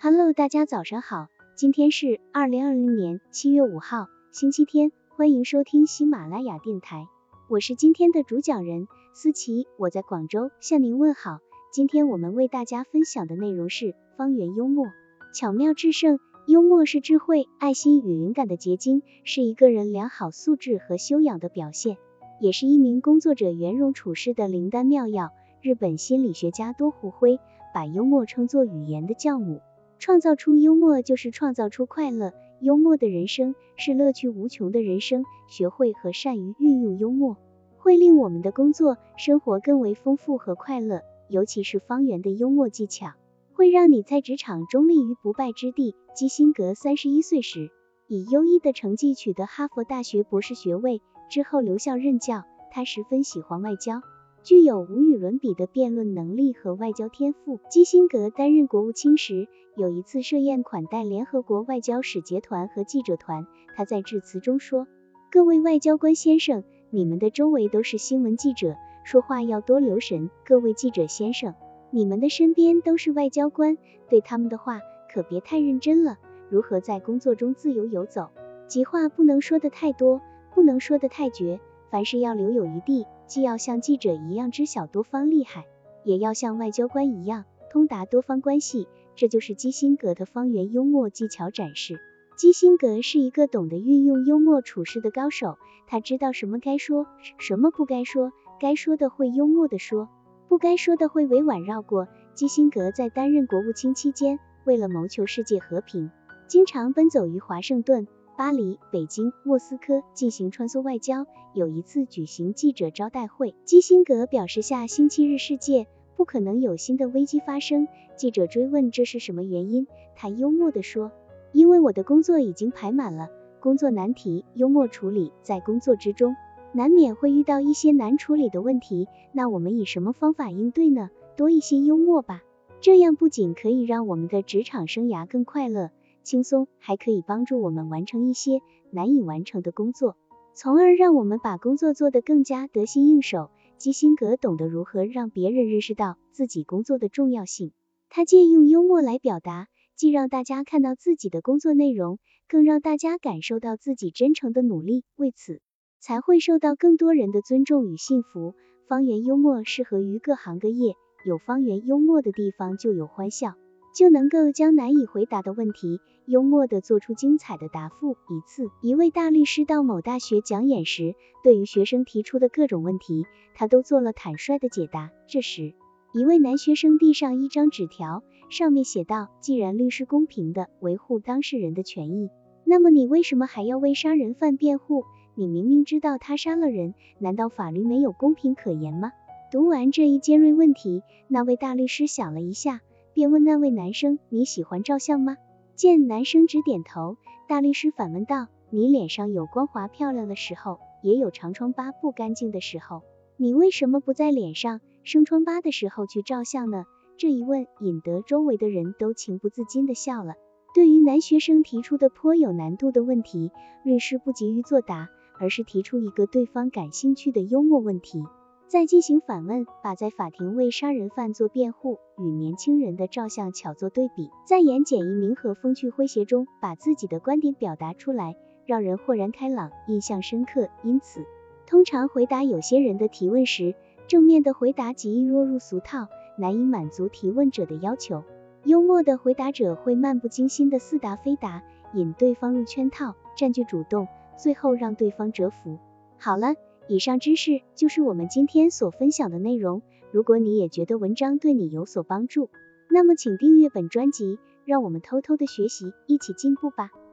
Hello， 大家早上好，今天是2020年7月5号，星期天，欢迎收听喜马拉雅电台，我是今天的主讲人思琪，我在广州向您问好。今天我们为大家分享的内容是方圆幽默，巧妙制胜。幽默是智慧、爱心与灵感的结晶，是一个人良好素质和修养的表现，也是一名工作者圆融处事的灵丹妙药。日本心理学家多户辉把幽默称作语言的教母，创造出幽默就是创造出快乐，幽默的人生是乐趣无穷的人生，学会和善于运用幽默，会令我们的工作、生活更为丰富和快乐，尤其是方圆的幽默技巧，会让你在职场中立于不败之地。基辛格31岁时，以优异的成绩取得哈佛大学博士学位，之后留校任教。他十分喜欢外交，具有无与伦比的辩论能力和外交天赋。基辛格担任国务卿时，有一次设宴款待联合国外交使节团和记者团，他在致辞中说：各位外交官先生，你们的周围都是新闻记者，说话要多留神。各位记者先生，你们的身边都是外交官，对他们的话可别太认真了。如何在工作中自由游走？急话不能说得太多，不能说得太绝，凡事要留有余地，既要像记者一样知晓多方利害，也要像外交官一样通达多方关系。这就是基辛格的方圆幽默技巧展示。基辛格是一个懂得运用幽默处事的高手，他知道什么该说，什么不该说，该说的会幽默地说，不该说的会委婉绕过。基辛格在担任国务卿期间，为了谋求世界和平，经常奔走于华盛顿、巴黎、北京、莫斯科进行穿梭外交。有一次举行记者招待会，基辛格表示下星期日世界不可能有新的危机发生。记者追问这是什么原因，他幽默地说：因为我的工作已经排满了。工作难题，幽默处理。在工作之中，难免会遇到一些难处理的问题，那我们以什么方法应对呢？多一些幽默吧，这样不仅可以让我们的职场生涯更快乐、轻松，还可以帮助我们完成一些难以完成的工作，从而让我们把工作做得更加得心应手。基辛格懂得如何让别人认识到自己工作的重要性，他借用幽默来表达，既让大家看到自己的工作内容，更让大家感受到自己真诚的努力，为此才会受到更多人的尊重与信服。方圆幽默适合于各行各业，有方圆幽默的地方就有欢笑，就能够将难以回答的问题幽默地做出精彩的答复。一次，一位大律师到某大学讲演时，对于学生提出的各种问题，他都做了坦率的解答。这时，一位男学生递上一张纸条，上面写道：既然律师公平地维护当事人的权益，那么你为什么还要为杀人犯辩护？你明明知道他杀了人，难道法律没有公平可言吗？读完这一尖锐问题，那位大律师想了一下，便问那位男生：你喜欢照相吗？见男生只点头，大律师反问道：你脸上有光滑漂亮的时候，也有长疮疤不干净的时候，你为什么不在脸上生疮疤的时候去照相呢？这一问引得周围的人都情不自禁地笑了。对于男学生提出的颇有难度的问题，律师不急于作答，而是提出一个对方感兴趣的幽默问题，再进行反问，把在法庭为杀人犯做辩护与年轻人的照相巧做对比，在言简意明和风趣诙谐中把自己的观点表达出来，让人豁然开朗，印象深刻。因此，通常回答有些人的提问时，正面的回答极易落入俗套，难以满足提问者的要求。幽默的回答者会漫不经心的似答非答，引对方入圈套，占据主动，最后让对方折服。好了，以上知识就是我们今天所分享的内容。如果你也觉得文章对你有所帮助，那么请订阅本专辑，让我们偷偷的学习，一起进步吧。